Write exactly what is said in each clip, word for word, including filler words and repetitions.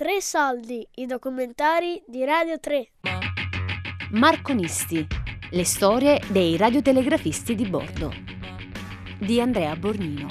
Tre soldi, i documentari di Radio tre. Marconisti, le storie dei radiotelegrafisti di bordo, di Andrea Bornino.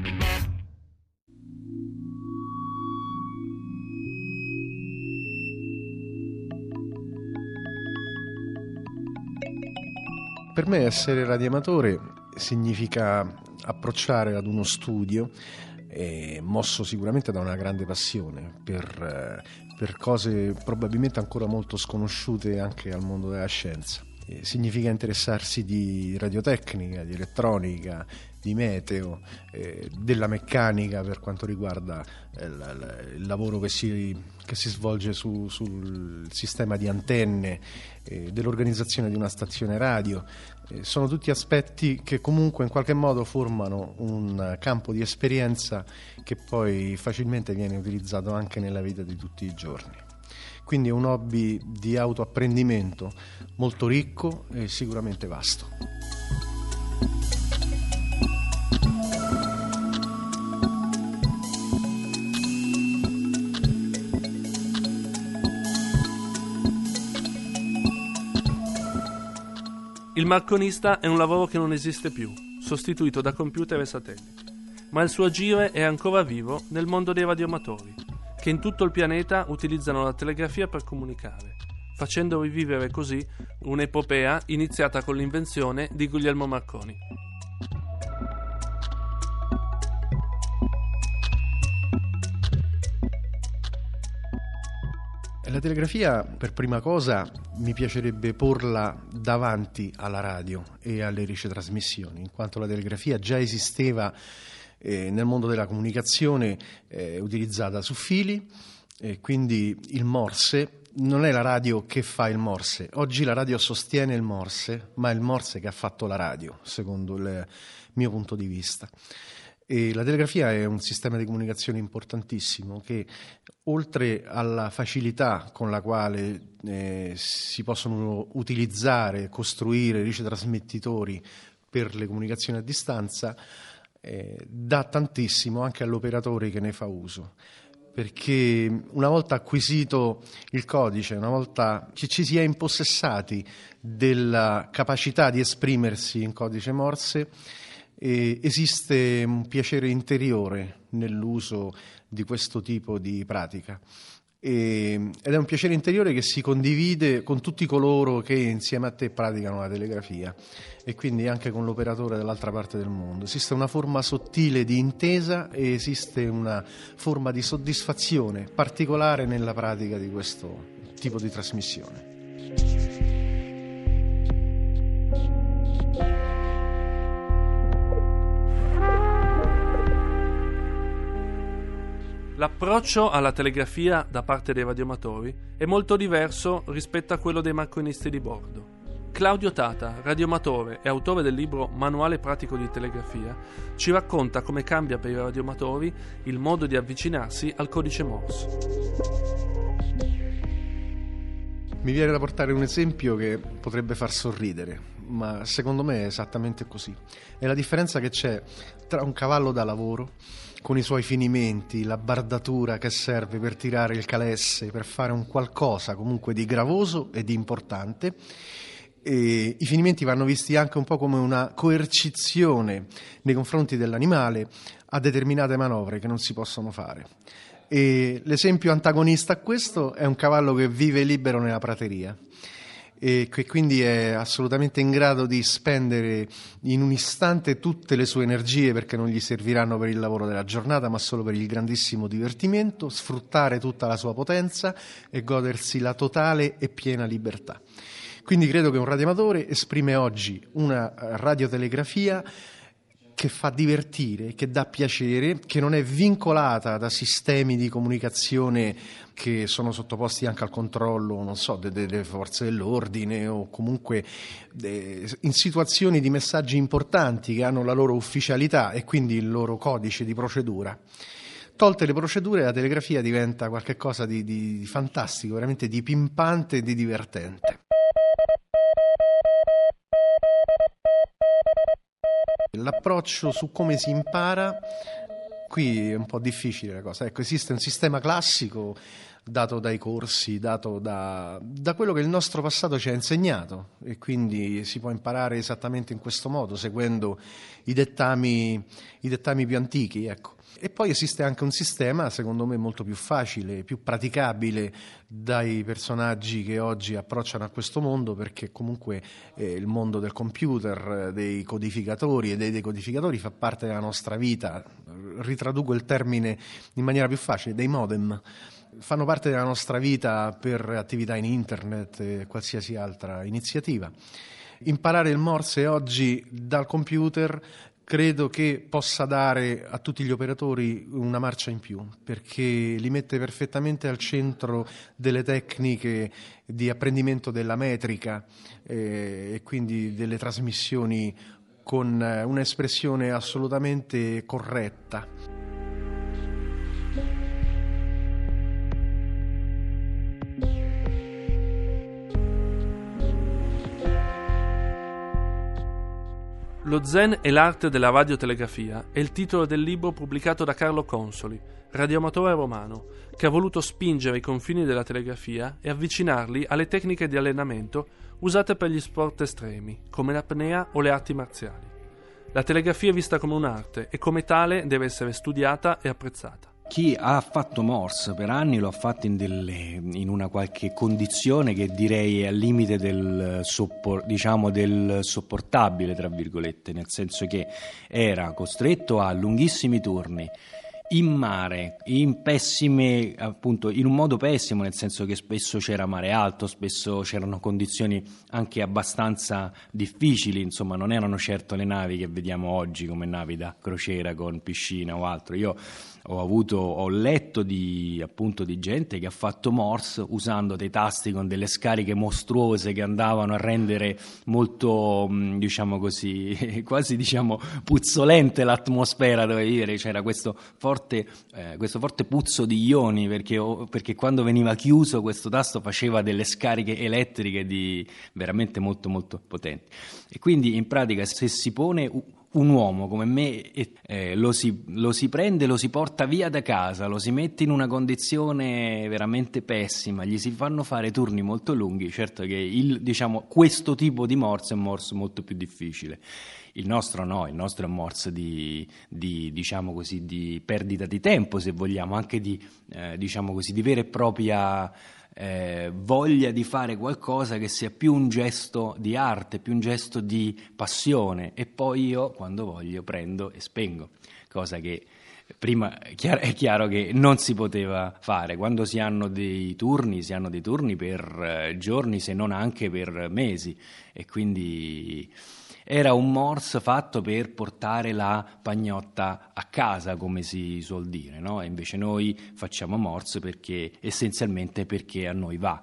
Per me essere radioamatore significa approcciare ad uno studio eh, mosso sicuramente da una grande passione per, eh, per cose probabilmente ancora molto sconosciute anche al mondo della scienza. Eh, significa interessarsi di radiotecnica, di elettronica, di meteo, eh, della meccanica per quanto riguarda eh, la, la, il lavoro che si, che si svolge su, sul sistema di antenne, eh, dell'organizzazione di una stazione radio. Eh, sono tutti aspetti che comunque in qualche modo formano un campo di esperienza che poi facilmente viene utilizzato anche nella vita di tutti i giorni. Quindi è un hobby di autoapprendimento molto ricco e sicuramente vasto. Il marconista è un lavoro che non esiste più, sostituito da computer e satelliti, ma il suo agire è ancora vivo nel mondo dei radioamatori, che in tutto il pianeta utilizzano la telegrafia per comunicare, facendo rivivere così un'epopea iniziata con l'invenzione di Guglielmo Marconi. La telegrafia, per prima cosa, mi piacerebbe porla davanti alla radio e alle ricetrasmissioni, in quanto la telegrafia già esisteva eh, nel mondo della comunicazione, eh, utilizzata su fili, e quindi il Morse non è la radio che fa il Morse. Oggi la radio sostiene il Morse, ma è il Morse che ha fatto la radio, secondo il mio punto di vista. E la telegrafia è un sistema di comunicazione importantissimo che, oltre alla facilità con la quale eh, si possono utilizzare, costruire ricetrasmettitori per le comunicazioni a distanza, eh, dà tantissimo anche all'operatore che ne fa uso. Perché una volta acquisito il codice, una volta che ci si è impossessati della capacità di esprimersi in codice Morse, E esiste un piacere interiore nell'uso di questo tipo di pratica e, ed è un piacere interiore che si condivide con tutti coloro che insieme a te praticano la telegrafia e quindi anche con l'operatore dall'altra parte del mondo. Esiste una forma sottile di intesa e esiste una forma di soddisfazione particolare nella pratica di questo tipo di trasmissione. L'approccio alla telegrafia da parte dei radioamatori è molto diverso rispetto a quello dei marconisti di bordo. Claudio Tata, radioamatore e autore del libro Manuale pratico di telegrafia, ci racconta come cambia per i radioamatori il modo di avvicinarsi al codice Morse. Mi viene da portare un esempio che potrebbe far sorridere, ma secondo me è esattamente così. È la differenza che c'è tra un cavallo da lavoro, con i suoi finimenti, la bardatura che serve per tirare il calesse, per fare un qualcosa comunque di gravoso e di importante. E i finimenti vanno visti anche un po' come una coercizione nei confronti dell'animale a determinate manovre che non si possono fare. E l'esempio antagonista a questo è un cavallo che vive libero nella prateria e che quindi è assolutamente in grado di spendere in un istante tutte le sue energie, perché non gli serviranno per il lavoro della giornata ma solo per il grandissimo divertimento, sfruttare tutta la sua potenza e godersi la totale e piena libertà. Quindi credo che un radioamatore esprime oggi una radiotelegrafia che fa divertire, che dà piacere, che non è vincolata da sistemi di comunicazione che sono sottoposti anche al controllo, non so, delle, delle forze dell'ordine o comunque de, in situazioni di messaggi importanti che hanno la loro ufficialità e quindi il loro codice di procedura. Tolte le procedure, la telegrafia diventa qualcosa di, di, di fantastico, veramente di pimpante e di divertente. L'approccio su come si impara Qui è un po' difficile la cosa. Ecco, esiste un sistema classico dato dai corsi, dato da, da quello che il nostro passato ci ha insegnato, e quindi si può imparare esattamente in questo modo, seguendo i dettami, i dettami più antichi, ecco. E poi esiste anche un sistema, secondo me, molto più facile, più praticabile dai personaggi che oggi approcciano a questo mondo, perché comunque eh, il mondo del computer, dei codificatori e dei decodificatori fa parte della nostra vita. Ritraduco il termine in maniera più facile, dei modem. Fanno parte della nostra vita per attività in internet e qualsiasi altra iniziativa. Imparare il Morse oggi dal computer credo che possa dare a tutti gli operatori una marcia in più, perché li mette perfettamente al centro delle tecniche di apprendimento della metrica eh, e quindi delle trasmissioni con un'espressione assolutamente corretta. Lo Zen e l'arte della radiotelegrafia è il titolo del libro pubblicato da Carlo Consoli, radioamatore romano, che ha voluto spingere i confini della telegrafia e avvicinarli alle tecniche di allenamento usate per gli sport estremi, come l'apnea o le arti marziali. La telegrafia è vista come un'arte e come tale deve essere studiata e apprezzata. Chi ha fatto Morse per anni lo ha fatto in, delle, in una qualche condizione che direi è al limite del, soppor, diciamo del sopportabile, tra virgolette, nel senso che era costretto a lunghissimi turni in mare, in pessime, appunto, in un modo pessimo, nel senso che spesso c'era mare alto, spesso c'erano condizioni anche abbastanza difficili, insomma non erano certo le navi che vediamo oggi come navi da crociera con piscina o altro. Io ho avuto, ho letto di, appunto, di gente che ha fatto Morse usando dei tasti con delle scariche mostruose che andavano a rendere molto, diciamo così, quasi diciamo puzzolente l'atmosfera dove vivere. C'era questo forte, eh, questo forte puzzo di ioni, perché, perché quando veniva chiuso questo tasto faceva delle scariche elettriche di veramente molto molto potenti. E quindi in pratica se si pone un uomo come me eh, lo, si, lo si prende, lo si porta via da casa, lo si mette in una condizione veramente pessima, gli si fanno fare turni molto lunghi, certo che il, diciamo, questo tipo di Morse è un Morse molto più difficile. Il nostro no, il nostro è un Morse di, di, diciamo così, di perdita di tempo, se vogliamo, anche di, eh, diciamo così, di vera e propria Eh, voglia di fare qualcosa che sia più un gesto di arte, più un gesto di passione, e poi io quando voglio prendo e spengo, cosa che prima è chiaro, è chiaro che non si poteva fare. Quando si hanno dei turni, si hanno dei turni per eh, giorni, se non anche per mesi, e quindi era un Morse fatto per portare la pagnotta a casa, come si suol dire, no? E invece noi facciamo Morse perché essenzialmente perché a noi va.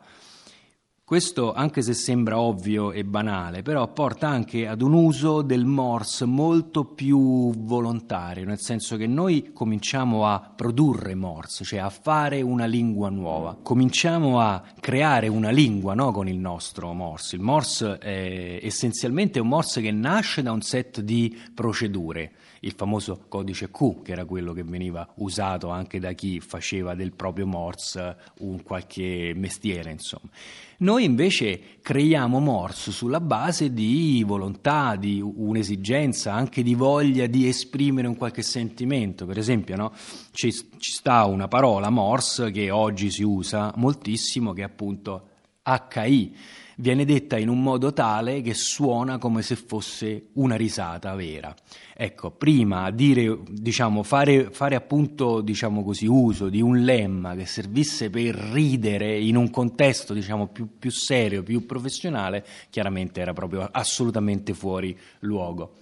Questo, anche se sembra ovvio e banale, però porta anche ad un uso del Morse molto più volontario, nel senso che noi cominciamo a produrre Morse, cioè a fare una lingua nuova, cominciamo a creare una lingua, no, con il nostro Morse. Il Morse è essenzialmente un Morse che nasce da un set di procedure, il famoso codice Q, che era quello che veniva usato anche da chi faceva del proprio Morse un qualche mestiere, insomma. Noi invece creiamo Morse sulla base di volontà, di un'esigenza, anche di voglia di esprimere un qualche sentimento. Per esempio, no? ci, ci sta una parola Morse che oggi si usa moltissimo, che è appunto acca i. Viene detta in un modo tale che suona come se fosse una risata vera. Ecco, prima dire, diciamo, fare, fare appunto, diciamo così, uso di un lemma che servisse per ridere in un contesto, diciamo, più, più serio, più professionale, chiaramente era proprio assolutamente fuori luogo.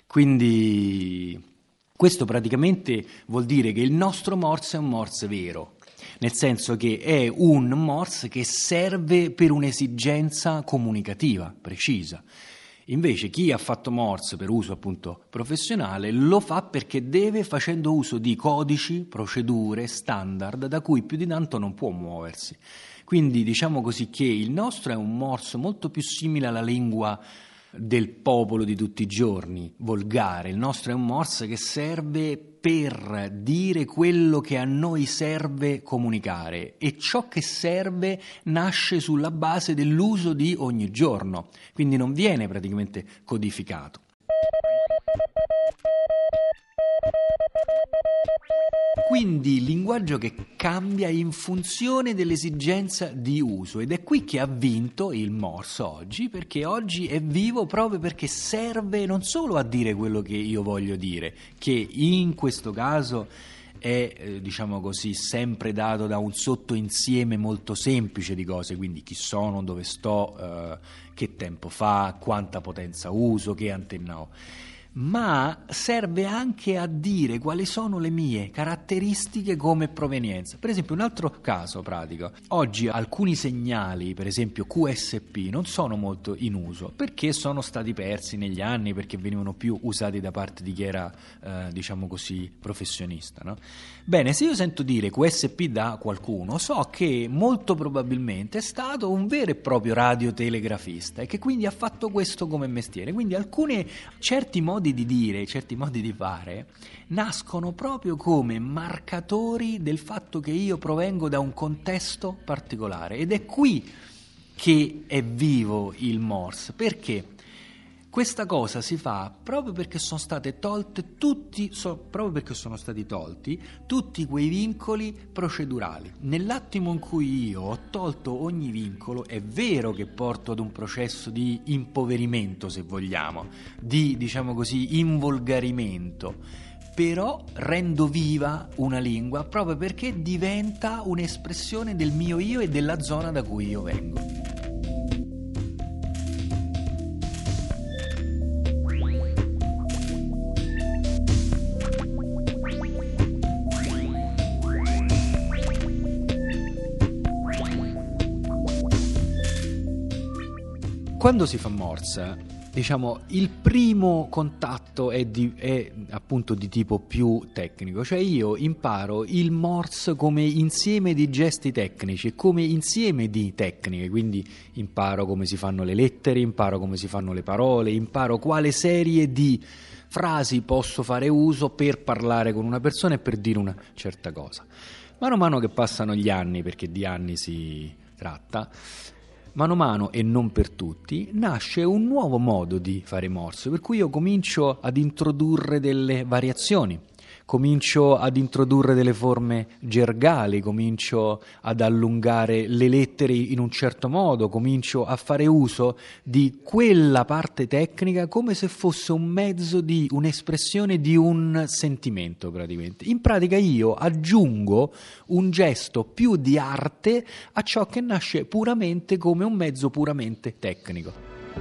Quindi questo praticamente vuol dire che il nostro Morse è un Morse vero, nel senso che è un Morse che serve per un'esigenza comunicativa precisa. Invece chi ha fatto Morse per uso appunto professionale lo fa perché deve, facendo uso di codici, procedure, standard da cui più di tanto non può muoversi. Quindi diciamo così che il nostro è un Morse molto più simile alla lingua del popolo di tutti i giorni, volgare. Il nostro è un Morse che serve per dire quello che a noi serve comunicare, e ciò che serve nasce sulla base dell'uso di ogni giorno, quindi non viene praticamente codificato. Quindi il linguaggio che cambia in funzione dell'esigenza di uso, ed è qui che ha vinto il Morse oggi, perché oggi è vivo proprio perché serve non solo a dire quello che io voglio dire, che in questo caso è, eh, diciamo così, sempre dato da un sottoinsieme molto semplice di cose, quindi chi sono, dove sto, eh, che tempo fa, quanta potenza uso, che antenna ho, ma serve anche a dire quali sono le mie caratteristiche come provenienza. Per esempio, un altro caso pratico: oggi alcuni segnali, per esempio Q S P, non sono molto in uso perché sono stati persi negli anni, perché venivano più usati da parte di chi era eh, diciamo così professionista, no? Bene, se io sento dire Q S P da qualcuno, so che molto probabilmente è stato un vero e proprio radiotelegrafista e che quindi ha fatto questo come mestiere. Quindi alcuni certi modi di dire, certi modi di fare nascono proprio come marcatori del fatto che io provengo da un contesto particolare, ed è qui che è vivo il Morse. Perché? Questa cosa si fa proprio perché sono state tolte tutti, so, proprio perché sono stati tolti tutti quei vincoli procedurali. Nell'attimo in cui io ho tolto ogni vincolo, è vero che porto ad un processo di impoverimento, se vogliamo, di, diciamo così, involgarimento, però rendo viva una lingua proprio perché diventa un'espressione del mio io e della zona da cui io vengo. Quando si fa Morse, diciamo, il primo contatto è, di, è appunto di tipo più tecnico, cioè io imparo il Morse come insieme di gesti tecnici, come insieme di tecniche, quindi imparo come si fanno le lettere, imparo come si fanno le parole, imparo quale serie di frasi posso fare uso per parlare con una persona e per dire una certa cosa. Mano a mano che passano gli anni, perché di anni si tratta, mano a mano, e non per tutti, nasce un nuovo modo di fare Morse, per cui io comincio ad introdurre delle variazioni, comincio ad introdurre delle forme gergali, comincio ad allungare le lettere in un certo modo, comincio a fare uso di quella parte tecnica come se fosse un mezzo di un'espressione di un sentimento, praticamente. In pratica io aggiungo un gesto più di arte a ciò che nasce puramente come un mezzo puramente tecnico.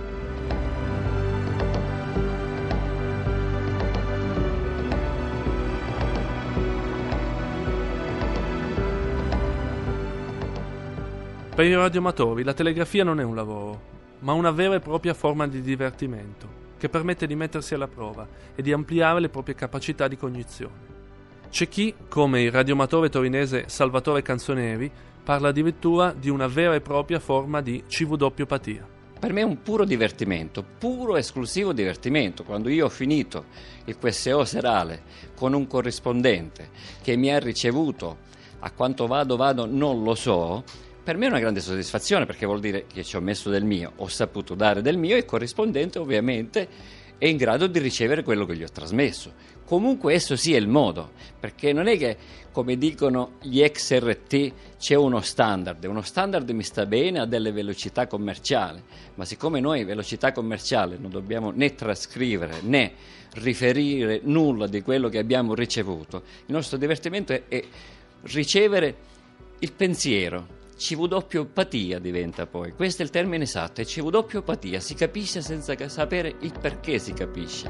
Per i radioamatori la telegrafia non è un lavoro, ma una vera e propria forma di divertimento, che permette di mettersi alla prova e di ampliare le proprie capacità di cognizione. C'è chi, come il radioamatore torinese Salvatore Canzoneri, parla addirittura di una vera e propria forma di C W-patia. Per me è un puro divertimento, puro esclusivo divertimento. Quando io ho finito il Q S O serale con un corrispondente che mi ha ricevuto, a quanto vado vado non lo so, per me è una grande soddisfazione, perché vuol dire che ci ho messo del mio, ho saputo dare del mio, e il corrispondente ovviamente è in grado di ricevere quello che gli ho trasmesso. Comunque esso sia il modo, perché non è che, come dicono gli X R T, c'è uno standard. Uno standard mi sta bene a delle velocità commerciali, ma siccome noi velocità commerciale non dobbiamo né trascrivere né riferire nulla di quello che abbiamo ricevuto, il nostro divertimento è, è ricevere il pensiero. C W-patia diventa poi, questo è il termine esatto, è C W-patia, si capisce senza sapere il perché si capisce.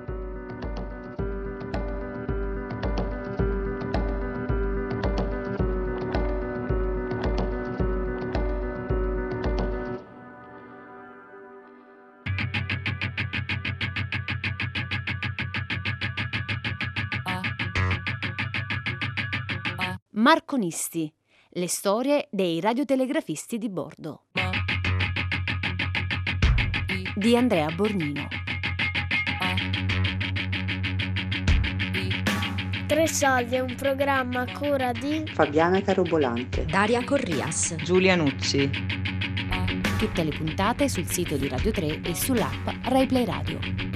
Marconisti, le storie dei radiotelegrafisti di bordo. di Andrea Bornino. Tre Soldi è un programma a cura di Fabiana Carobolante, Daria Corrias, Giulia Nucci. Tutte le puntate sul sito di Radio tre e sull'app RaiPlay Radio.